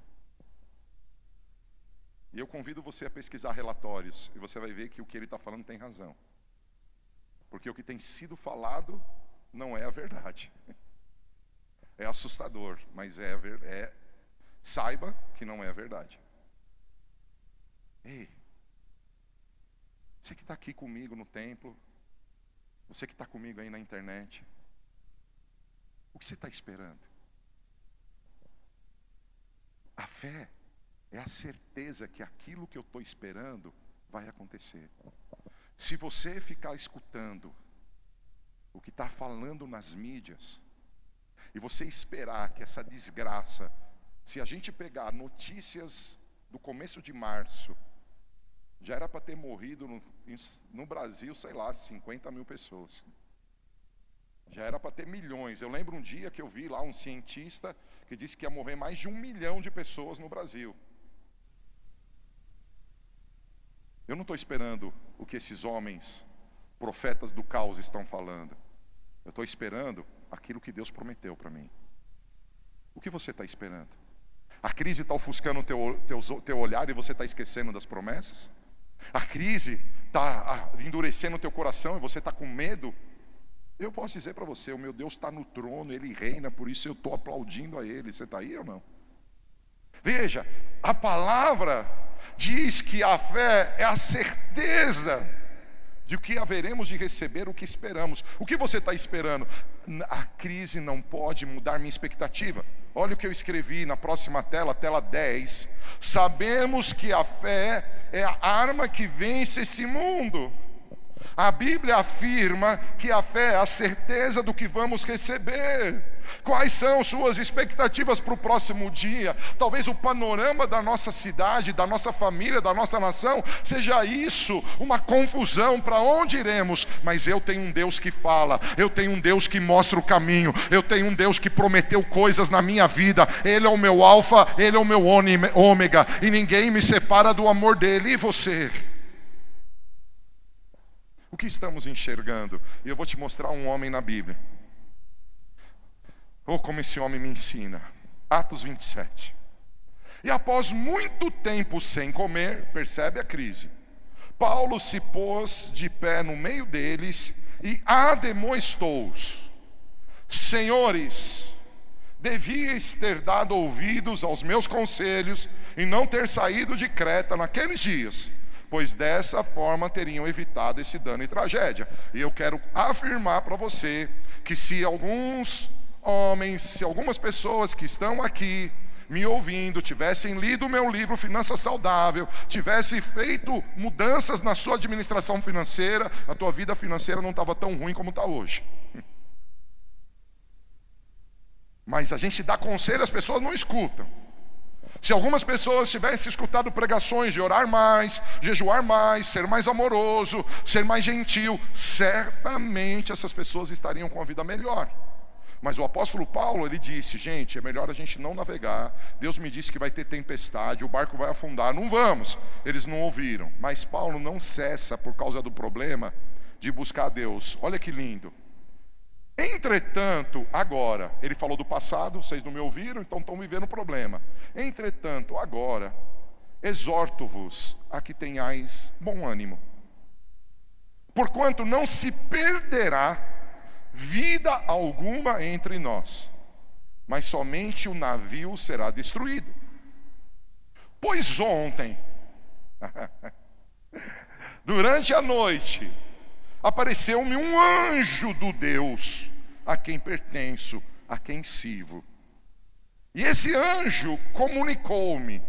E eu convido você a pesquisar relatórios, e você vai ver que o que ele está falando tem razão. Porque o que tem sido falado não é a verdade. É assustador, mas é, é saiba que não é a verdade. Ei, você que está aqui comigo no templo, você que está comigo aí na internet, o que você está esperando? A fé é a certeza que aquilo que eu estou esperando vai acontecer. Se você ficar escutando o que está falando nas mídias, e você esperar que essa desgraça, se a gente pegar notícias do começo de março, já era para ter morrido no, no Brasil, sei lá, cinquenta mil pessoas. Já era para ter milhões. Eu lembro um dia que eu vi lá um cientista que disse que ia morrer mais de um milhão de pessoas no Brasil. Eu não estou esperando o que esses homens, profetas do caos, estão falando. Eu estou esperando aquilo que Deus prometeu para mim. O que você está esperando? A crise está ofuscando o teu, teu, teu olhar e você está esquecendo das promessas? A crise está endurecendo o teu coração e você está com medo? Eu posso dizer para você, o meu Deus está no trono, Ele reina, por isso eu estou aplaudindo a Ele. Você está aí ou não? Veja, a palavra diz que a fé é a certeza de que haveremos de receber o que esperamos. O que você está esperando? A crise não pode mudar minha expectativa. Olha o que eu escrevi na próxima tela, tela dez. Sabemos que a fé é a arma que vence esse mundo. A Bíblia afirma que a fé é a certeza do que vamos receber. Quais são suas expectativas para o próximo dia? Talvez o panorama da nossa cidade, da nossa família, da nossa nação seja isso, uma confusão para onde iremos. Mas eu tenho um Deus que fala, eu tenho um Deus que mostra o caminho, eu tenho um Deus que prometeu coisas na minha vida. Ele é o meu alfa, Ele é o meu ômega, e ninguém me separa do amor dEle. E você? O que estamos enxergando? E eu vou te mostrar um homem na Bíblia. Oh, como esse homem me ensina. Atos vinte e sete. E após muito tempo sem comer, percebe a crise, Paulo se pôs de pé no meio deles e ademoestou-os: Senhores, devíeis ter dado ouvidos aos meus conselhos e não ter saído de Creta naqueles dias, pois dessa forma teriam evitado esse dano e tragédia. E eu quero afirmar para você que se alguns homens, se algumas pessoas que estão aqui me ouvindo tivessem lido o meu livro Finança Saudável, tivessem feito mudanças na sua administração financeira, a tua vida financeira não estava tão ruim como está hoje. Mas a gente dá conselho, as pessoas não escutam. Se algumas pessoas tivessem escutado pregações de orar mais, jejuar mais, ser mais amoroso, ser mais gentil, certamente essas pessoas estariam com a vida melhor. Mas o apóstolo Paulo, ele disse: gente, é melhor a gente não navegar. Deus me disse que vai ter tempestade, o barco vai afundar, não vamos. Eles não ouviram. Mas Paulo não cessa, por causa do problema, de buscar a Deus. Olha que lindo. Entretanto, agora, ele falou do passado, vocês não me ouviram, então estão vivendo o problema. Entretanto, agora, exorto-vos a que tenhais bom ânimo, porquanto não se perderá vida alguma entre nós, mas somente o navio será destruído. Pois ontem, durante a noite, apareceu-me um anjo do Deus a quem pertenço, a quem sirvo. E esse anjo comunicou-me.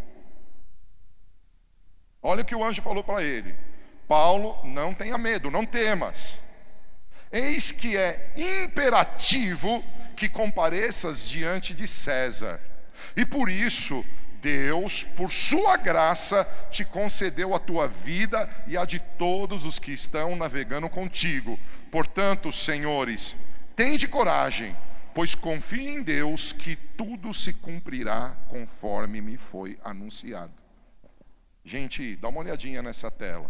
Olha o que o anjo falou para ele: Paulo, não tenha medo, não temas. Eis que é imperativo que compareças diante de César. E por isso, Deus, por sua graça, te concedeu a tua vida e a de todos os que estão navegando contigo. Portanto, senhores, tende coragem, pois confio em Deus que tudo se cumprirá conforme me foi anunciado. Gente, dá uma olhadinha nessa tela.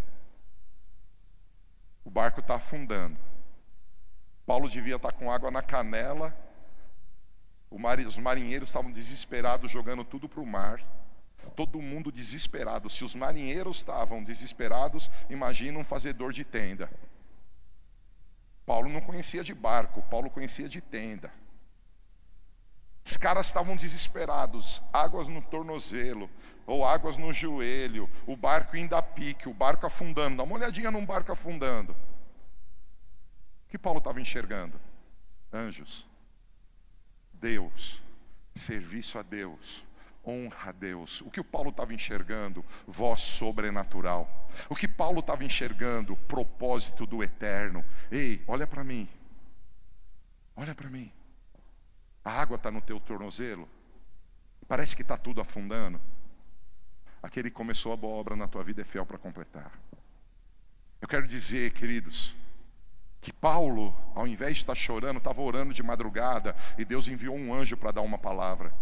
O barco está afundando. Paulo devia estar com água na canela. Os marinheiros estavam desesperados, jogando tudo para o mar. Todo mundo desesperado. Se os marinheiros estavam desesperados, imagina um fazedor de tenda. Paulo não conhecia de barco, Paulo conhecia de tenda. Os caras estavam desesperados, águas no tornozelo, ou águas no joelho, o barco indo a pique, o barco afundando. Dá uma olhadinha num barco afundando. O que Paulo estava enxergando? Anjos, Deus, serviço a Deus, honra a Deus. O que o Paulo estava enxergando? Voz sobrenatural. O que Paulo estava enxergando? Propósito do eterno. Ei, olha para mim. Olha para mim. A água está no teu tornozelo. Parece que está tudo afundando. Aquele que começou a boa obra na tua vida é fiel para completar. Eu quero dizer, queridos, que Paulo, ao invés de estar chorando, estava orando de madrugada, e Deus enviou um anjo para dar uma palavra.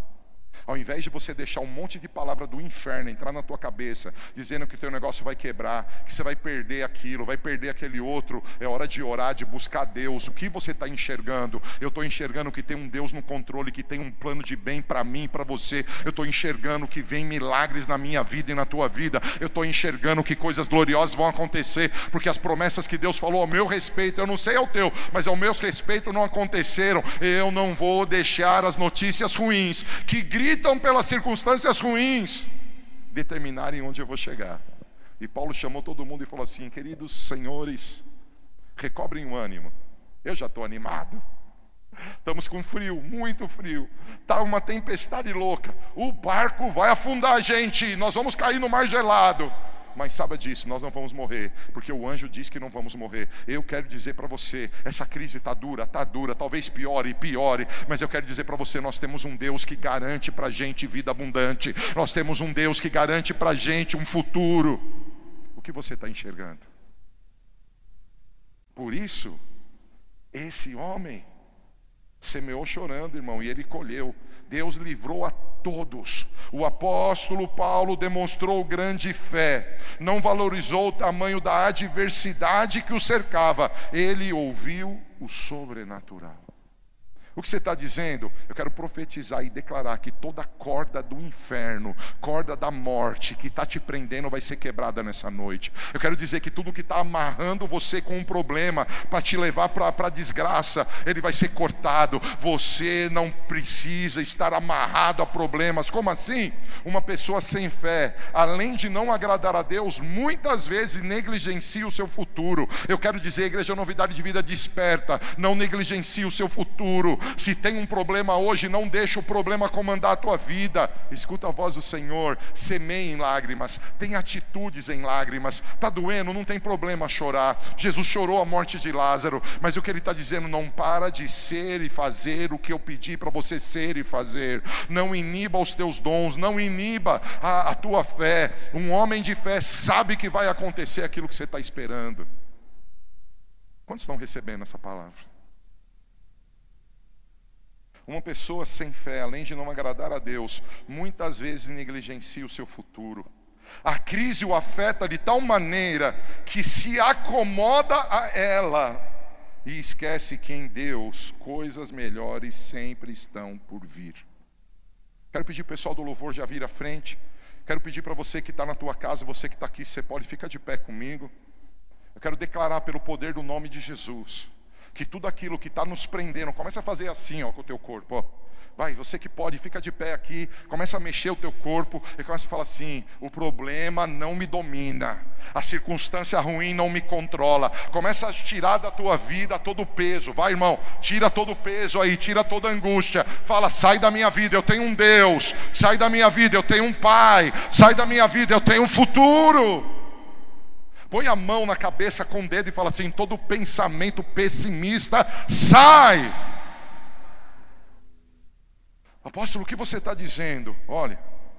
Ao invés de você deixar um monte de palavra do inferno entrar na tua cabeça, dizendo que teu negócio vai quebrar, que você vai perder aquilo, vai perder aquele outro, é hora de orar, de buscar Deus. O que você está enxergando? Eu estou enxergando que tem um Deus no controle, que tem um plano de bem para mim e para você. Eu estou enxergando que vem milagres na minha vida e na tua vida. Eu estou enxergando que coisas gloriosas vão acontecer, porque as promessas que Deus falou ao meu respeito, eu não sei ao teu, mas ao meu respeito não aconteceram. Eu não vou deixar as notícias ruins, que gritam pelas circunstâncias ruins, determinarem onde eu vou chegar. E Paulo chamou todo mundo e falou assim: queridos senhores, recobrem o ânimo. Eu já estou animado. Estamos com frio, muito frio. Está uma tempestade louca. O barco vai afundar a gente. Nós vamos cair no mar gelado. Mas saiba disso, nós não vamos morrer, porque o anjo diz que não vamos morrer. Eu quero dizer para você, essa crise está dura, está dura, talvez piore, piore, mas eu quero dizer para você, nós temos um Deus que garante para a gente vida abundante. Nós temos um Deus que garante para a gente um futuro. O que você está enxergando? Por isso, esse homem semeou chorando, irmão, e ele colheu. Deus livrou a todos. O apóstolo Paulo demonstrou grande fé, não valorizou o tamanho da adversidade que o cercava, ele ouviu o sobrenatural. O que você está dizendo? Eu quero profetizar e declarar que toda corda do inferno, corda da morte que está te prendendo vai ser quebrada nessa noite. Eu quero dizer que tudo que está amarrando você com um problema para te levar para a desgraça, ele vai ser cortado. Você não precisa estar amarrado a problemas. Como assim? Uma pessoa sem fé, além de não agradar a Deus, muitas vezes negligencia o seu futuro. Eu quero dizer, Igreja Novidade de Vida, desperta, não negligencie o seu futuro. Se tem um problema hoje, não deixa o problema comandar a tua vida. Escuta a voz do Senhor, semeie em lágrimas, tem atitudes em lágrimas. Está doendo, não tem problema chorar. Jesus chorou a morte de Lázaro, mas o que ele está dizendo, não para de ser e fazer o que eu pedi para você ser e fazer. Não iniba os teus dons, não iniba a, a tua fé. Um homem de fé sabe que vai acontecer aquilo que você está esperando. Quantos estão recebendo essa palavra? Uma pessoa sem fé, além de não agradar a Deus, muitas vezes negligencia o seu futuro. A crise o afeta de tal maneira que se acomoda a ela e esquece que em Deus coisas melhores sempre estão por vir. Quero pedir para o pessoal do louvor já vir à frente. Quero pedir para você que está na tua casa, você que está aqui, você pode ficar de pé comigo. Eu quero declarar pelo poder do nome de Jesus que tudo aquilo que está nos prendendo, começa a fazer assim, ó, com o teu corpo, ó. Vai, você que pode, fica de pé aqui, começa a mexer o teu corpo e começa a falar assim: o problema não me domina, a circunstância ruim não me controla. Começa a tirar da tua vida todo o peso. Vai, irmão, tira todo o peso aí, tira toda a angústia. Fala: sai da minha vida, eu tenho um Deus. Sai da minha vida, eu tenho um Pai. Sai da minha vida, eu tenho um futuro. Põe a mão na cabeça com o dedo e fala assim: todo pensamento pessimista sai. Apóstolo, o que você está dizendo? Olha,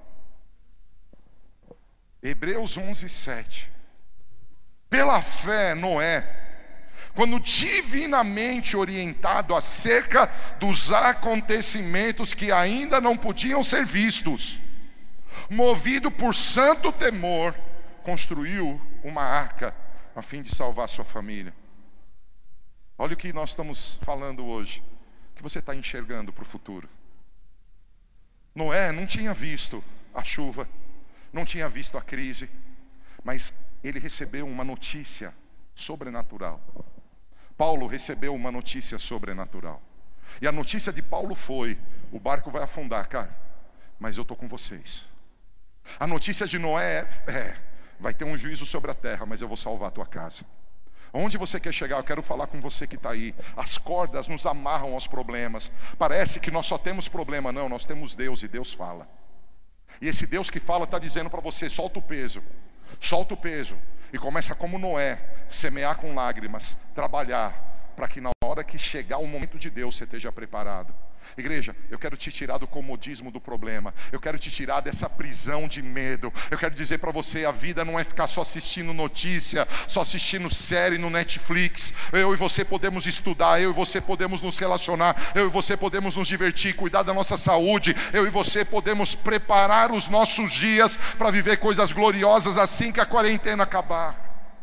Hebreus onze, sete. Pela fé, Noé, quando divinamente orientado acerca dos acontecimentos que ainda não podiam ser vistos, movido por santo temor, construiu uma arca a fim de salvar sua família. Olha o que nós estamos falando hoje. O que você está enxergando para o futuro? Noé não tinha visto a chuva, não tinha visto a crise, mas ele recebeu uma notícia sobrenatural. Paulo recebeu uma notícia sobrenatural. E a notícia de Paulo foi: o barco vai afundar, cara, mas eu estou com vocês. A notícia de Noé é, é vai ter um juízo sobre a terra, mas eu vou salvar a tua casa. Onde você quer chegar? Eu quero falar com você que está aí. As cordas nos amarram aos problemas. Parece que nós só temos problema. Não, nós temos Deus e Deus fala. E esse Deus que fala está dizendo para você: solta o peso, solta o peso. E começa como Noé, semear com lágrimas, trabalhar, para que na hora que chegar o momento de Deus você esteja preparado. Igreja, eu quero te tirar do comodismo do problema. Eu quero te tirar dessa prisão de medo. Eu quero dizer para você, a vida não é ficar só assistindo notícia, só assistindo série no Netflix. Eu e você podemos estudar, eu e você podemos nos relacionar, eu e você podemos nos divertir, cuidar da nossa saúde. Eu e você podemos preparar os nossos dias para viver coisas gloriosas assim que a quarentena acabar.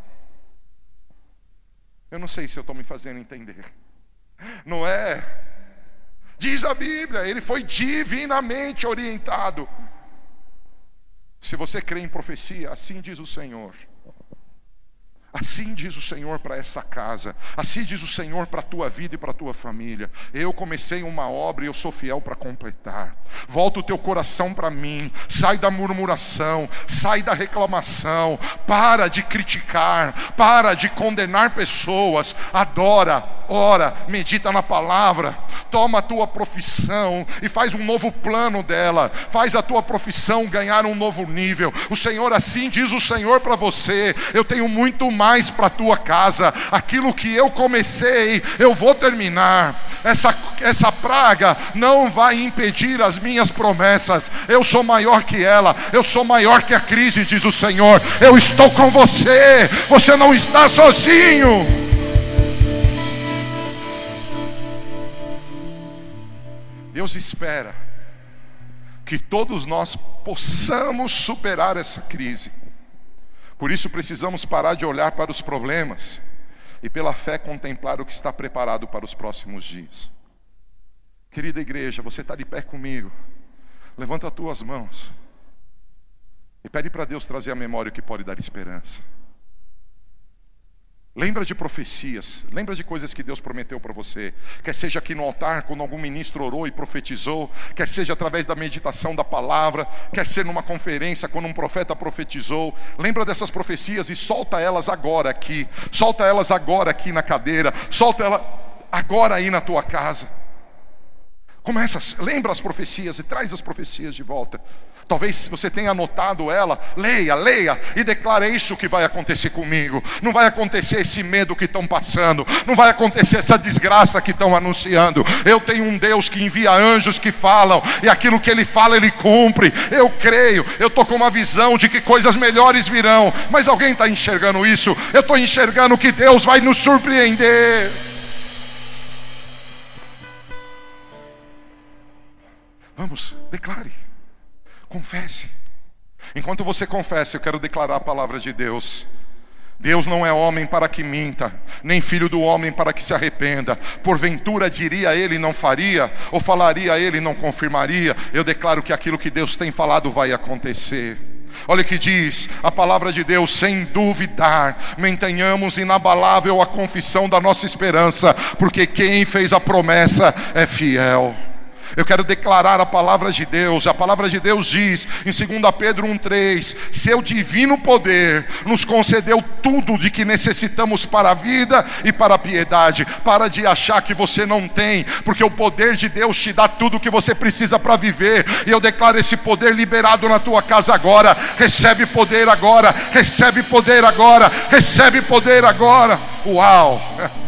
Eu não sei se eu estou me fazendo entender. Não é? Diz a Bíblia, ele foi divinamente orientado. Se você crê em profecia, assim diz o Senhor. Assim diz o Senhor para esta casa. Assim diz o Senhor para a tua vida e para a tua família. Eu comecei uma obra e eu sou fiel para completar. Volta o teu coração para mim. Sai da murmuração, sai da reclamação. Para de criticar, para de condenar pessoas. Adora, ora, medita na palavra. Toma a tua profissão e faz um novo plano dela. Faz a tua profissão ganhar um novo nível. O Senhor, assim diz o Senhor para você: eu tenho muito mais para a tua casa. Aquilo que eu comecei, eu vou terminar. Essa, essa praga não vai impedir as minhas promessas. Eu sou maior que ela. Eu sou maior que a crise, diz o Senhor. Eu estou com você. Você não está sozinho. Deus espera que todos nós possamos superar essa crise. Por isso precisamos parar de olhar para os problemas e pela fé contemplar o que está preparado para os próximos dias. Querida igreja, você está de pé comigo? Levanta as tuas mãos e pede para Deus trazer à memória o que pode dar esperança. Lembra de profecias, lembra de coisas que Deus prometeu para você. Quer seja aqui no altar, quando algum ministro orou e profetizou, quer seja através da meditação da palavra, quer ser numa conferência, quando um profeta profetizou. Lembra dessas profecias e solta elas agora aqui. Solta elas agora aqui na cadeira. Solta elas agora aí na tua casa. Começa, lembra as profecias e traz as profecias de volta. Talvez você tenha anotado ela. Leia, leia e declare: é isso que vai acontecer comigo. Não vai acontecer esse medo que estão passando. Não vai acontecer essa desgraça que estão anunciando. Eu tenho um Deus que envia anjos que falam, e aquilo que Ele fala, Ele cumpre. Eu creio, eu estou com uma visão de que coisas melhores virão. Mas alguém está enxergando isso? Eu estou enxergando que Deus vai nos surpreender. Vamos, declare. Confesse. Enquanto você confessa, eu quero declarar a palavra de Deus. Deus não é homem para que minta, nem filho do homem para que se arrependa. Porventura diria ele não faria, ou falaria ele não confirmaria. Eu declaro que aquilo que Deus tem falado vai acontecer. Olha o que diz a palavra de Deus: sem duvidar, mantenhamos inabalável a confissão da nossa esperança, porque quem fez a promessa é fiel. Eu quero declarar a palavra de Deus. A palavra de Deus diz em dois Pedro um três: seu divino poder nos concedeu tudo de que necessitamos para a vida e para a piedade. Para de achar que você não tem, porque o poder de Deus te dá tudo o que você precisa para viver. E eu declaro esse poder liberado na tua casa agora. Recebe poder agora, recebe poder agora, recebe poder agora. Uau!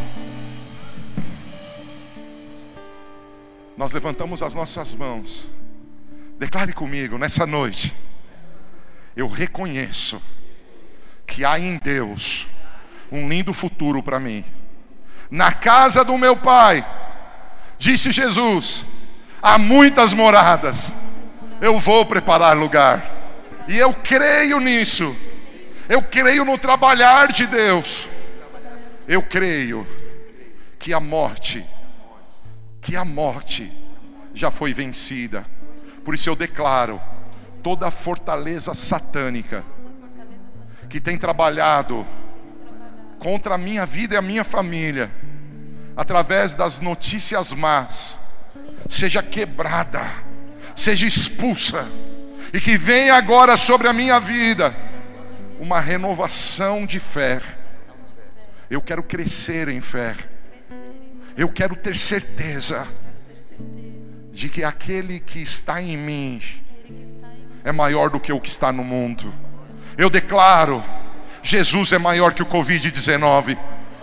Nós levantamos as nossas mãos. Declare comigo nessa noite: eu reconheço que há em Deus um lindo futuro para mim. Na casa do meu Pai, disse Jesus, há muitas moradas. Eu vou preparar lugar. E eu creio nisso. Eu creio no trabalhar de Deus. Eu creio que a morte que a morte já foi vencida. Por isso eu declaro: toda a fortaleza satânica que tem trabalhado contra a minha vida e a minha família, através das notícias más, seja quebrada, seja expulsa, e que venha agora sobre a minha vida uma renovação de fé. Eu quero crescer em fé. Eu quero ter certeza de que aquele que está em mim é maior do que o que está no mundo. Eu declaro: Jesus é maior que o covid dezenove.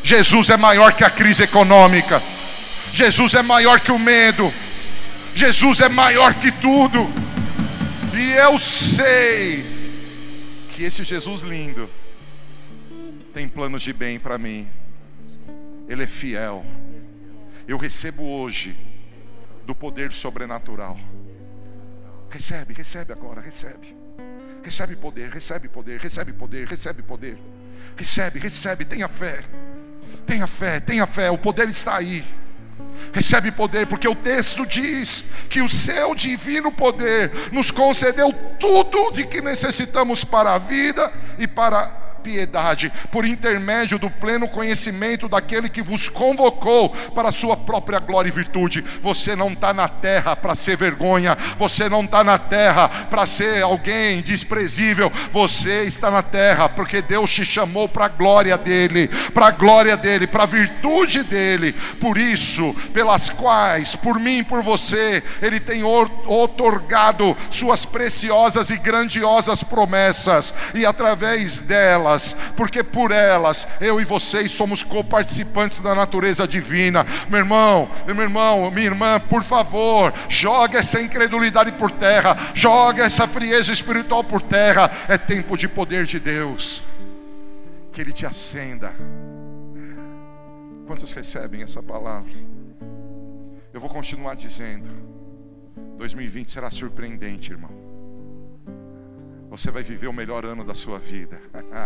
Jesus é maior que a crise econômica. Jesus é maior que o medo. Jesus é maior que tudo. E eu sei que esse Jesus lindo tem planos de bem para mim. Ele é fiel. Eu recebo hoje do poder sobrenatural. Recebe, recebe agora, recebe. Recebe poder, recebe poder, recebe poder, recebe poder. Recebe, recebe, tenha fé. Tenha fé, tenha fé, o poder está aí. Recebe poder, porque o texto diz que o seu divino poder nos concedeu tudo de que necessitamos para a vida e para a piedade, por intermédio do pleno conhecimento daquele que vos convocou para a sua própria glória e virtude. Você não está na terra para ser vergonha, você não está na terra para ser alguém desprezível, você está na terra porque Deus te chamou para a glória dele, para a glória dele, para a virtude dele. Por isso, pelas quais, por mim e por você, ele tem outorgado suas preciosas e grandiosas promessas, e através delas, porque por elas eu e vocês somos coparticipantes da natureza divina. Meu irmão, meu irmão, minha irmã, por favor, joga essa incredulidade por terra, joga essa frieza espiritual por terra. É tempo de poder de Deus, que Ele te acenda. Quantos recebem essa palavra? Eu vou continuar dizendo, dois mil e vinte será surpreendente, irmão. Você vai viver o melhor ano da sua vida.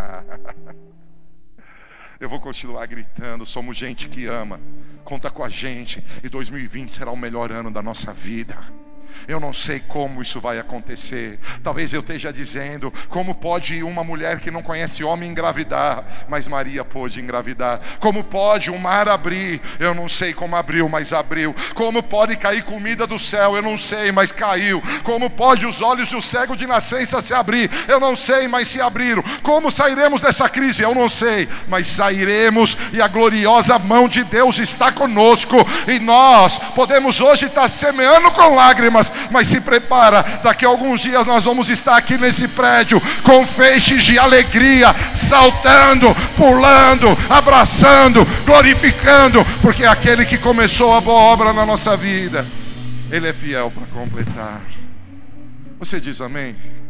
Eu vou continuar gritando, somos gente que ama. Conta com a gente, e dois mil e vinte será o melhor ano da nossa vida. Eu não sei como isso vai acontecer. Talvez eu esteja dizendo, como pode uma mulher que não conhece homem engravidar? Mas Maria pôde engravidar. Como pode um mar abrir? Eu não sei como abriu, mas abriu. Como pode cair comida do céu? Eu não sei, mas caiu. Como pode os olhos do cego de nascença se abrir? Eu não sei, mas se abriram. Como sairemos dessa crise? Eu não sei, mas sairemos, e a gloriosa mão de Deus está conosco. E nós podemos hoje estar semeando com lágrimas, mas se prepara, daqui a alguns dias nós vamos estar aqui nesse prédio com feixes de alegria, saltando, pulando, abraçando, glorificando, porque aquele que começou a boa obra na nossa vida, Ele é fiel para completar. Você diz amém?